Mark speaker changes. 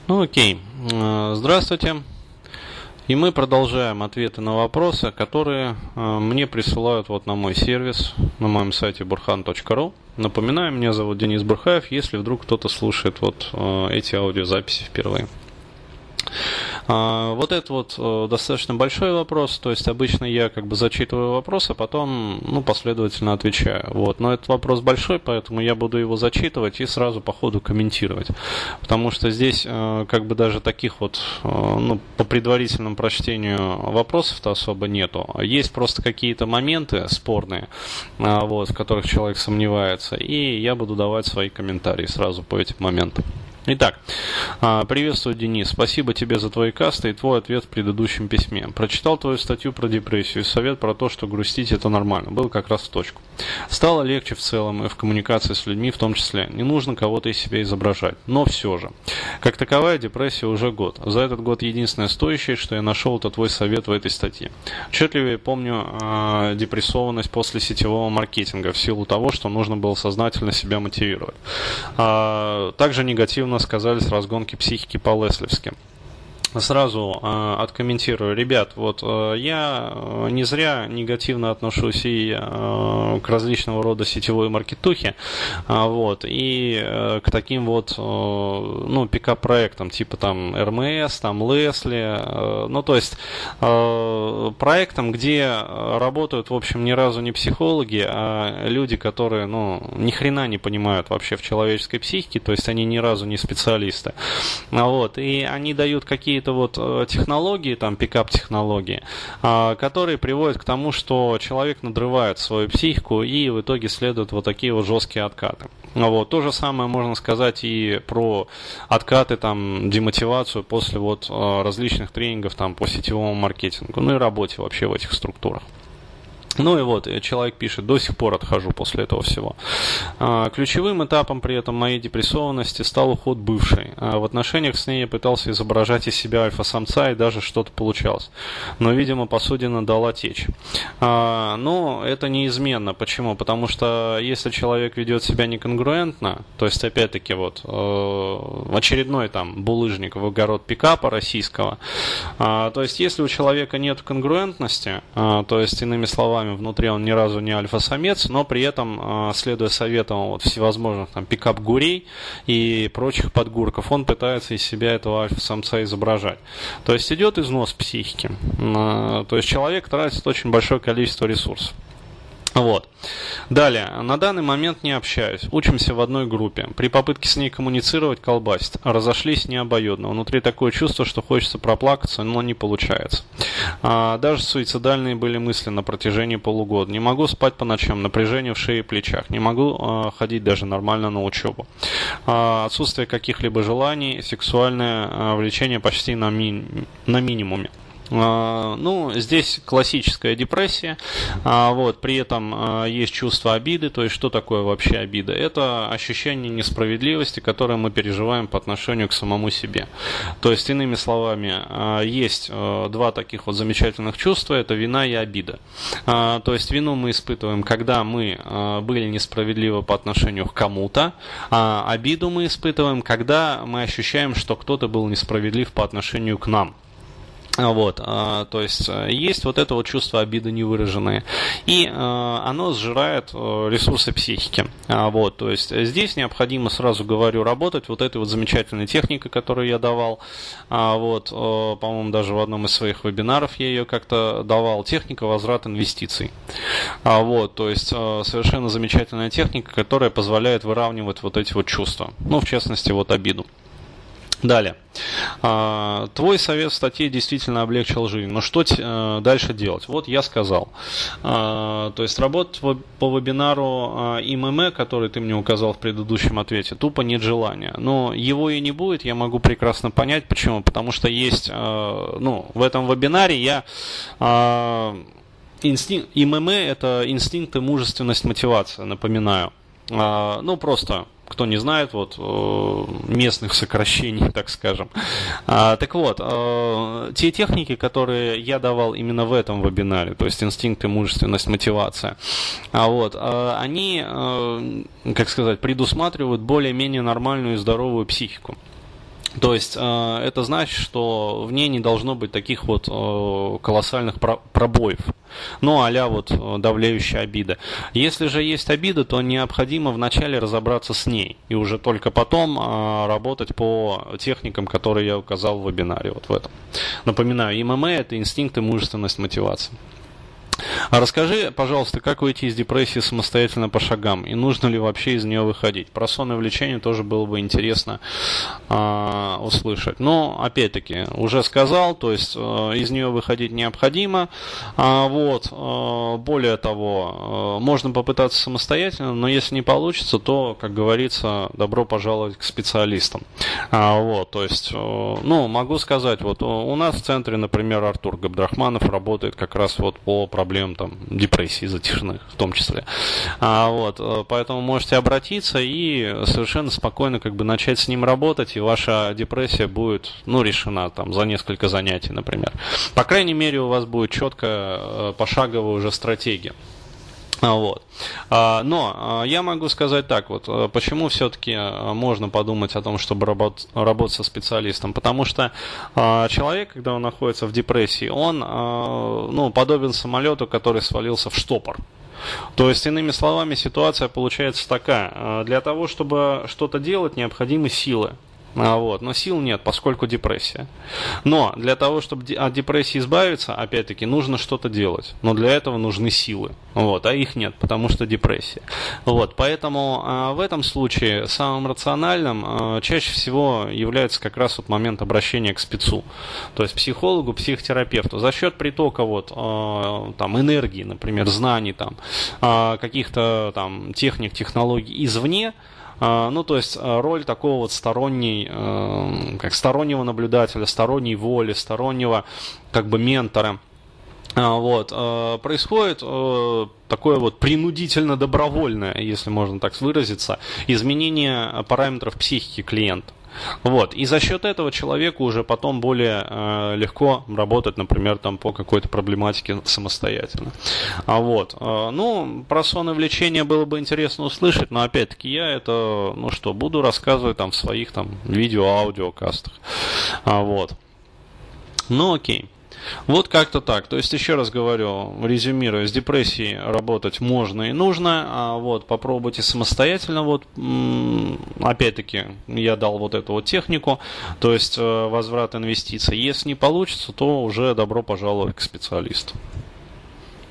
Speaker 1: Ну окей, здравствуйте. И мы продолжаем ответы на вопросы, которые мне присылают вот на мой сервис, на моем сайте burhan.ru. Напоминаю, меня зовут Денис Бурхаев, если вдруг кто-то слушает вот эти аудиозаписи впервые. Вот это вот достаточно большой вопрос, то есть обычно я как бы зачитываю вопрос, а потом последовательно отвечаю. Вот. Но этот вопрос большой, поэтому я буду его зачитывать и сразу по ходу комментировать. Потому что здесь как бы даже таких вот по предварительному прочтению вопросов-то особо нету. Есть просто какие-то моменты спорные, в которых человек сомневается, и я буду давать свои комментарии сразу по этим моментам. Итак, приветствую, Денис. Спасибо тебе за твои касты и твой ответ в предыдущем письме. Прочитал твою статью про депрессию и совет про то, что грустить это нормально. Был как раз в точку. Стало легче в целом и в коммуникации с людьми в том числе. Не нужно кого-то из себя изображать. Но все же. Как таковая депрессия уже год. За этот год единственное стоящее, что я нашел, это твой совет в этой статье. Отчетливее помню депрессованность после сетевого маркетинга в силу того, что нужно было сознательно себя мотивировать. Также негативно сказались разгонки психики по-леслевски. Сразу откомментирую. Ребят, вот я не зря негативно отношусь и к различного рода сетевой маркетухе, и к таким вот пикап-проектам, типа там РМС, там Лесли, то есть проектам, где работают, в общем, ни разу не психологи, а люди, которые, ни хрена не понимают вообще в человеческой психике, то есть они ни разу не специалисты. И они дают какие-то технологии, там пикап-технологии, которые приводят к тому, что человек надрывает свою психику и в итоге следуют вот такие вот жесткие откаты. То же самое можно сказать и про откаты, там, демотивацию после различных тренингов там, по сетевому маркетингу, и работе вообще в этих структурах. Человек пишет, до сих пор отхожу после этого всего. Ключевым этапом при этом моей депрессованности стал уход бывшей. В отношениях с ней я пытался изображать из себя альфа-самца, и даже что-то получалось. Но, видимо, посудина дала течь. Но это неизменно. Почему? Потому что если человек ведет себя неконгруентно, то есть, опять-таки, очередной там булыжник в огород пикапа российского, то есть, если у человека нет конгруентности, то есть, иными словами, внутри он ни разу не альфа-самец, но при этом, следуя советам всевозможных там пикап-гурей и прочих подгурков, он пытается из себя этого альфа-самца изображать. То есть идет износ психики. То есть человек тратит очень большое количество ресурсов. Далее. На данный момент не общаюсь. Учимся в одной группе. При попытке с ней коммуницировать колбасит. Разошлись не обоюдно. Внутри такое чувство, что хочется проплакаться, но не получается. Даже суицидальные были мысли на протяжении полугода. Не могу спать по ночам. Напряжение в шее и плечах. Не могу ходить даже нормально на учебу. Отсутствие каких-либо желаний. Сексуальное влечение почти на минимуме. Здесь классическая депрессия, при этом есть чувство обиды. То есть, что такое вообще обида? Это ощущение несправедливости, которое мы переживаем по отношению к самому себе. То есть, иными словами, есть два таких вот замечательных чувства, это вина и обида. То есть, вину мы испытываем, когда мы были несправедливы по отношению к кому-то, а обиду мы испытываем, когда мы ощущаем, что кто-то был несправедлив по отношению к нам. То есть есть вот это вот чувство обиды невыраженное, и оно сжирает ресурсы психики. То есть здесь необходимо, сразу говорю, работать вот этой вот замечательной техникой, которую я давал. По-моему, даже в одном из своих вебинаров я ее как-то давал. Техника возврата инвестиций. То есть совершенно замечательная техника, которая позволяет выравнивать вот эти вот чувства. В частности, обиду. Далее. Твой совет в статье действительно облегчил жизнь, но что дальше делать? Я сказал. То есть работать по вебинару ИММ, который ты мне указал в предыдущем ответе, тупо нет желания. Но его и не будет, я могу прекрасно понять. Почему? Потому что есть, в этом вебинаре я... ИММ – это инстинкт и мужественность, мотивация, напоминаю. Просто... Кто не знает, местных сокращений, так скажем. Те техники, которые я давал именно в этом вебинаре, то есть инстинкт и мужественность, мотивация, они, предусматривают более-менее нормальную и здоровую психику. То есть это значит, что в ней не должно быть таких вот колоссальных пробоев. Ну, а-ля вот давлеющая обида. Если же есть обида, то необходимо вначале разобраться с ней. И уже только потом работать по техникам, которые я указал в вебинаре. Вот в этом. Напоминаю, ММА – это инстинкты, мужественность, мотивация. А расскажи, пожалуйста, как выйти из депрессии самостоятельно по шагам, и нужно ли вообще из нее выходить? Про сонное влечение тоже было бы интересно услышать. Но, опять-таки, уже сказал, то есть из нее выходить необходимо. Более того, можно попытаться самостоятельно, но если не получится, то, как говорится, добро пожаловать к специалистам. То есть, могу сказать, вот у нас в центре, например, Артур Габдрахманов работает как раз вот по проблемам там депрессии затяжных в том числе. Поэтому можете обратиться и совершенно спокойно как бы начать с ним работать, и ваша депрессия будет, решена там за несколько занятий, например. По крайней мере, у вас будет четкая пошаговая уже стратегия. Но я могу сказать так вот, почему все-таки можно подумать о том, чтобы работать со специалистом, потому что человек, когда он находится в депрессии, он подобен самолету, который свалился в штопор. То есть, иными словами, ситуация получается такая, для того, чтобы что-то делать, необходимы силы. Но сил нет, поскольку депрессия. Но для того, чтобы от депрессии избавиться, опять-таки, нужно что-то делать. Но для этого нужны силы. А их нет, потому что депрессия. Поэтому в этом случае самым рациональным чаще всего является как раз вот момент обращения к спецу. То есть психологу, психотерапевту. За счет притока энергии, например, знаний, каких-то техник, технологий извне, то есть роль такого вот стороннего наблюдателя, сторонней воли, стороннего ментора. Происходит такое вот принудительно-добровольное, если можно так выразиться, изменение параметров психики клиента. И за счет этого человеку уже потом более легко работать, например, по какой-то проблематике самостоятельно. Про сонное влечение было бы интересно услышать, но опять-таки я это, буду рассказывать в своих видео-аудиокастах. Окей. Вот как-то так. То есть, еще раз говорю, резюмируя, с депрессией работать можно и нужно, попробуйте самостоятельно, опять-таки, я дал вот эту вот технику, то есть возврат инвестиций. Если не получится, то уже добро пожаловать к специалисту.